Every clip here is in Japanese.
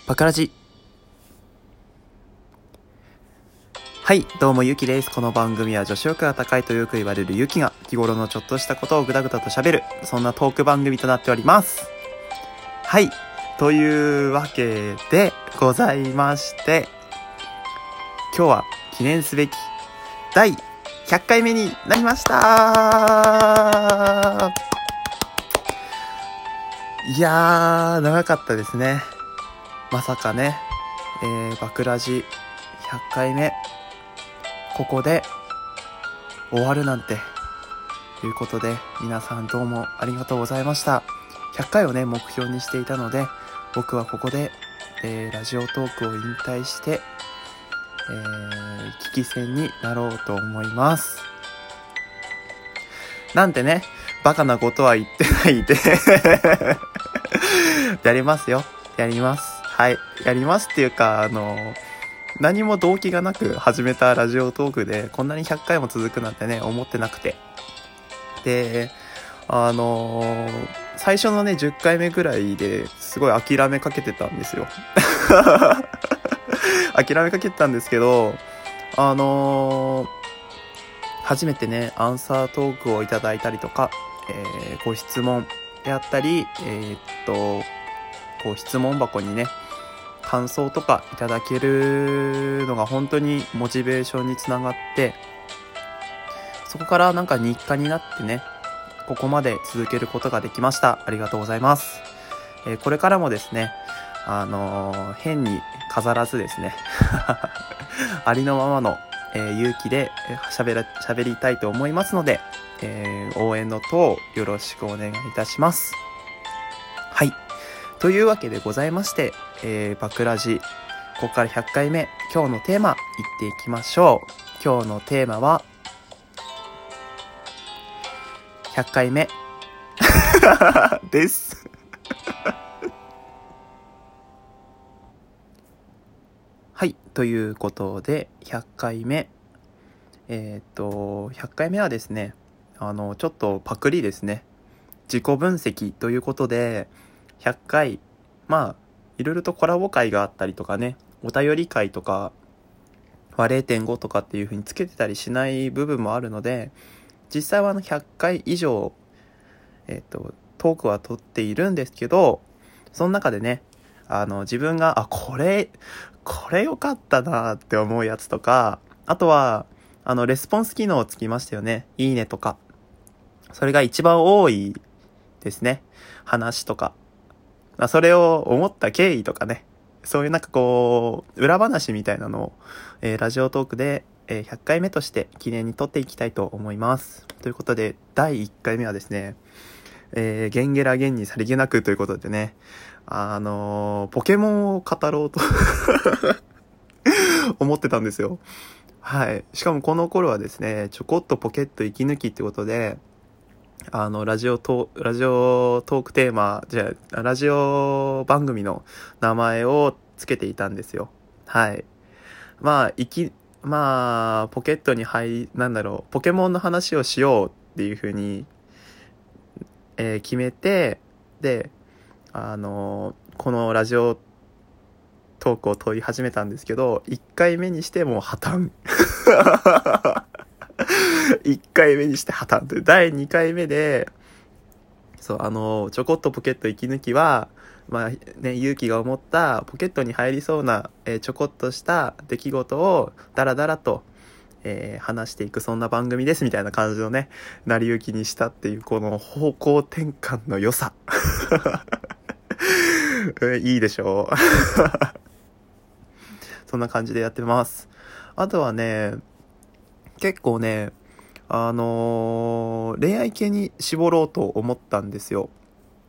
バカラジ。はい、どうもゆきです。この番組は女子力が高いとよく言われるゆきが日頃のちょっとしたことをぐだぐだと喋る、そんなトーク番組となっております。はい、というわけでございまして、今日は記念すべき第100回目になりました。いやー、長かったですね。まさかね、バクラジ100回目、ここで終わるなんていうことで、皆さんどうもありがとうございました。100回をね、目標にしていたので、僕はここで、ラジオトークを引退して、危機戦になろうと思います。なんてね、バカなことは言ってないでやりますよ。やります。はい。やりますっていうか、何も動機がなく始めたラジオトークで、こんなに100回も続くなんてね、思ってなくて。で、最初のね、10回目ぐらいですごい諦めかけてたんですよ。諦めかけてたんですけど、初めてね、アンサートークをいただいたりとか、ご質問であったり、質問箱にね、感想とかいただけるのが本当にモチベーションにつながって、そこからなんか日課になってね、ここまで続けることができました。ありがとうございます。これからもですね、変に飾らずですねありのままの、勇気で喋りたいと思いますので、応援の等よろしくお願いいたします。はい、というわけでございまして、バクラジ、ここから100回目、今日のテーマいっていきましょう。今日のテーマは100回目ですはい、ということで100回目、100回目はですね、ちょっとパクリですね。自己分析ということで、100回、まあいろいろとコラボ会があったりとかね、お便り会とかは 0.5 とかっていう風につけてたりしない部分もあるので、実際は100回以上トークは取っているんですけど、その中でね、自分がこれ良かったなって思うやつとか、あとはレスポンス機能つきましたよね。いいねとか、それが一番多いですね。話とか、それを思った経緯とかね、そういうなんかこう裏話みたいなのを、ラジオトークで、100回目として記念に撮っていきたいと思います。ということで第1回目はですね、ゲンゲラゲンにさりげなくということでね、ポケモンを語ろうと思ってたんですよ。はい。しかもこの頃はですね、ちょこっとポケット息抜きってことで、ラジオトークテーマ、ラジオ番組の名前をつけていたんですよ。はい。ポケットにポケモンの話をしようっていう風に、決めて、で、このラジオトークを撮り始めたんですけど、1回目にしてもう破綻。1回目にして破綻という。第2回目で、そう、ちょこっとポケット息抜きは、勇気が思ったポケットに入りそうな、ちょこっとした出来事をダラダラと、話していく、そんな番組ですみたいな感じのね、成り行きにしたっていう、この方向転換の良さ。いいでしょう。そんな感じでやってます。あとはね、結構ね、恋愛系に絞ろうと思ったんですよ。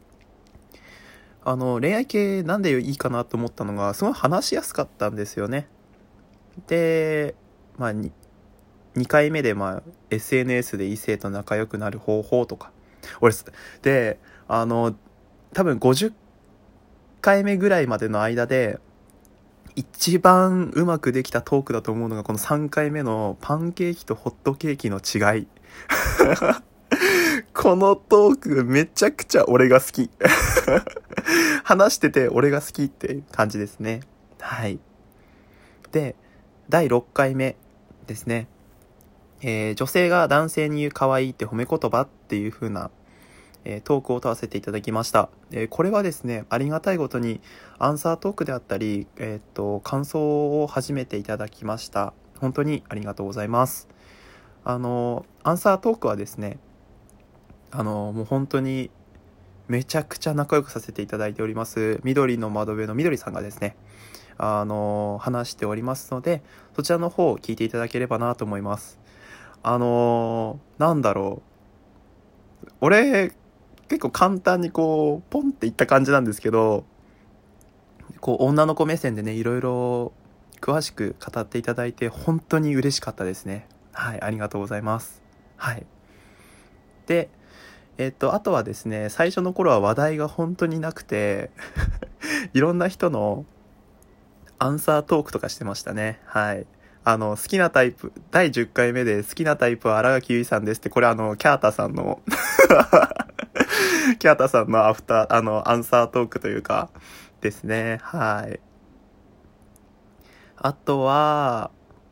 恋愛系なんでいいかなと思ったのが、すごい話しやすかったんですよね。で、2回目でSNS で異性と仲良くなる方法とか。で、多分50回目ぐらいまでの間で、一番うまくできたトークだと思うのがこの3回目のパンケーキとホットケーキの違い。 このトークめちゃくちゃ俺が好き。話してて俺が好きっていう感じですね。はい。で、第6回目ですね。女性が男性に言う可愛いって褒め言葉っていう風な、トークをとわせていただきました。これはですね、ありがたいことにアンサートークであったり、感想を始めていただきました。本当にありがとうございます。アンサートークはですね、もう本当にめちゃくちゃ仲良くさせていただいております緑の窓辺の緑さんがですね、話しておりますので、そちらの方を聞いていただければなと思います。なんだろう、俺結構簡単にこうポンっていった感じなんですけど、こう女の子目線でね、いろいろ詳しく語っていただいて本当に嬉しかったですね。はい、ありがとうございます。はい。で、あとはですね、最初の頃は話題が本当になくていろんな人のアンサートークとかしてましたね。はい。好きなタイプ、第10回目で好きなタイプは新垣結衣さんですって、これキャータさんのキャータさんのアンサートークというか、ですね。はい。あとは、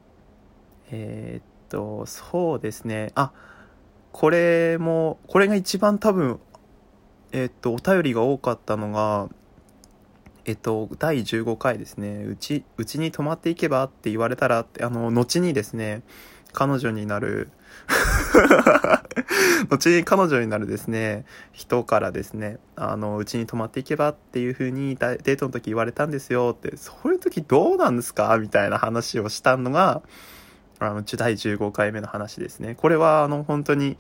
そうですね。これが一番多分、お便りが多かったのが、第15回ですね。うちに泊まっていけばって言われたらって、後にですね、彼女になる後に彼女になるですね、人からですね、うちに泊まっていけばっていう風にデートの時言われたんですよって、そういう時どうなんですかみたいな話をしたのが、第15回目の話ですね。これは、本当に、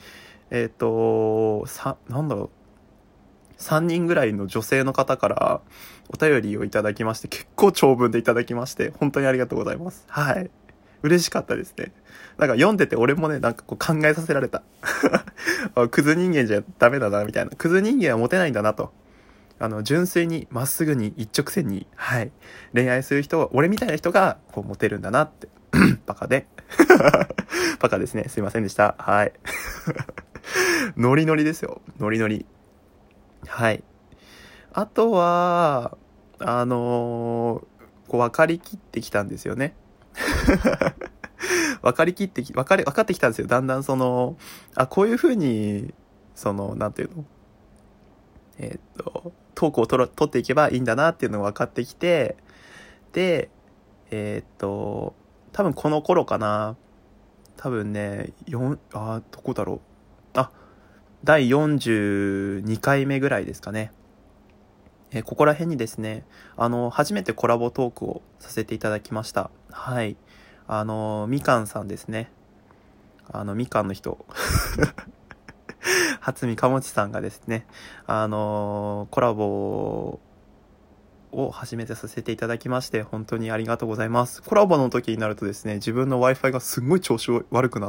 なんだろう、3人ぐらいの女性の方からお便りをいただきまして、結構長文でいただきまして、本当にありがとうございます。はい。嬉しかったですね。なんか読んでて俺もね、なんかこう考えさせられた。クズ人間じゃダメだな、みたいな。クズ人間はモテないんだなと。純粋に、まっすぐに、一直線に、はい。恋愛する人、俺みたいな人が、こう、モテるんだなって。バカで。バカですね。すいませんでした。はい。ノリノリですよ。ノリノリ。はい。あとは、こう分かりきってきたんですよね。分かってきたんですよ。だんだんこういう風に、なんていうの、トークを取っていけばいいんだなっていうのが分かってきて、で、多分この頃かな。多分ね、どこだろう。第42回目ぐらいですかね。ここら辺にですね、初めてコラボトークをさせていただきました。はい。みかんさんですね。みかんの人。初見かもちさんがですね、コラボを始めてさせていただきまして、本当にありがとうございます。コラボの時になるとですね、自分の Wi-Fi がすごい調子悪くなって、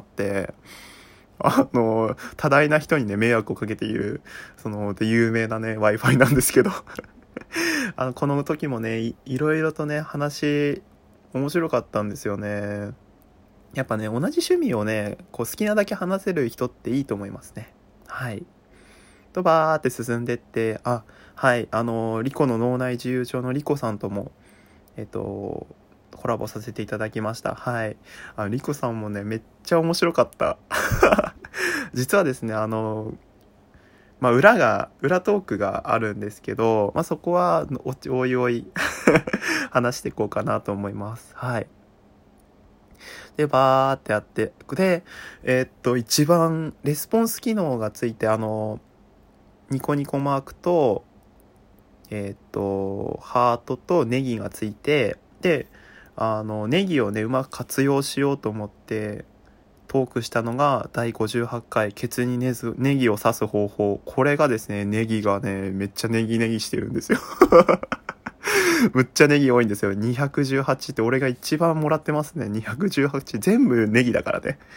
多大な人にね、迷惑をかけている、有名なね、Wi-Fi なんですけどこの時もね、いろいろとね、面白かったんですよね。やっぱね、同じ趣味をね、こう好きなだけ話せる人っていいと思いますね。はい。とバーって進んでって、はい、リコの脳内自由帳のリコさんとも、コラボさせていただきました。はい。リコさんもね、めっちゃ面白かった。実はですね、裏トークがあるんですけど、そこは、おいおい話していこうかなと思います。はい。で、バーってやって、で、一番、レスポンス機能がついて、ニコニコマークと、ハートとネギがついて、で、ネギをね、うまく活用しようと思って、トークしたのが第58回ケツにネギを刺す方法。これがですね、ネギがね、めっちゃネギネギしてるんですよ。むっちゃネギ多いんですよ。218って俺が一番もらってますね。218。全部ネギだからね。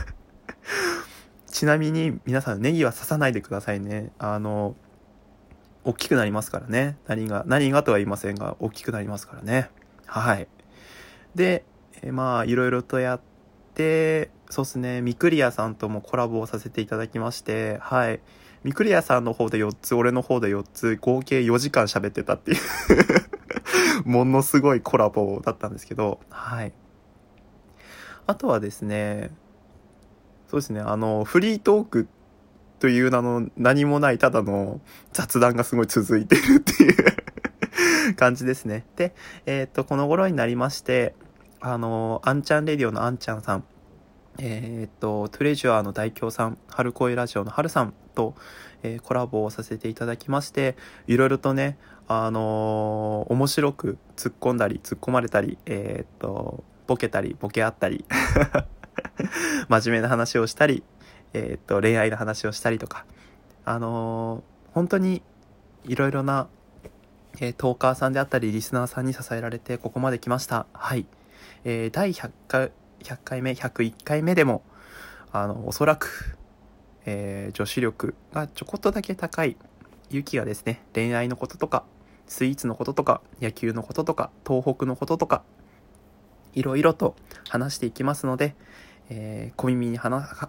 ちなみに皆さんネギは刺さないでくださいね。大きくなりますからね。何がとは言いませんが、大きくなりますからね。はい。で、いろいろとやって、 そうですね、ミクリアさんともコラボをさせていただきまして、はい。ミクリアさんの方で4つ、俺の方で4つ、合計4時間喋ってたっていうものすごいコラボだったんですけど、はい。あとはですね、そうですね、フリートークという名の何もないただの雑談がすごい続いてるっていう感じですね。で、この頃になりまして、アンチャンレディオのアンちゃんさん、トゥレジュアーの代表さん、春恋ラジオの春さんと、コラボをさせていただきまして、いろいろとね、面白く突っ込んだり、突っ込まれたり、ボケたり、ボケあったり、真面目な話をしたり、恋愛の話をしたりとか、本当にいろいろな、トーカーさんであったり、リスナーさんに支えられてここまで来ました。はい。第100回目、101回目でも、おそらく、女子力がちょこっとだけ高いゆきがですね、恋愛のこととか、スイーツのこととか、野球のこととか、東北のこととか、いろいろと話していきますので、小耳に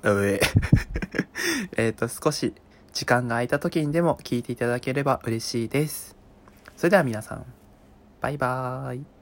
少し時間が空いた時にでも聞いていただければ嬉しいです。それでは皆さん、バイバーイ。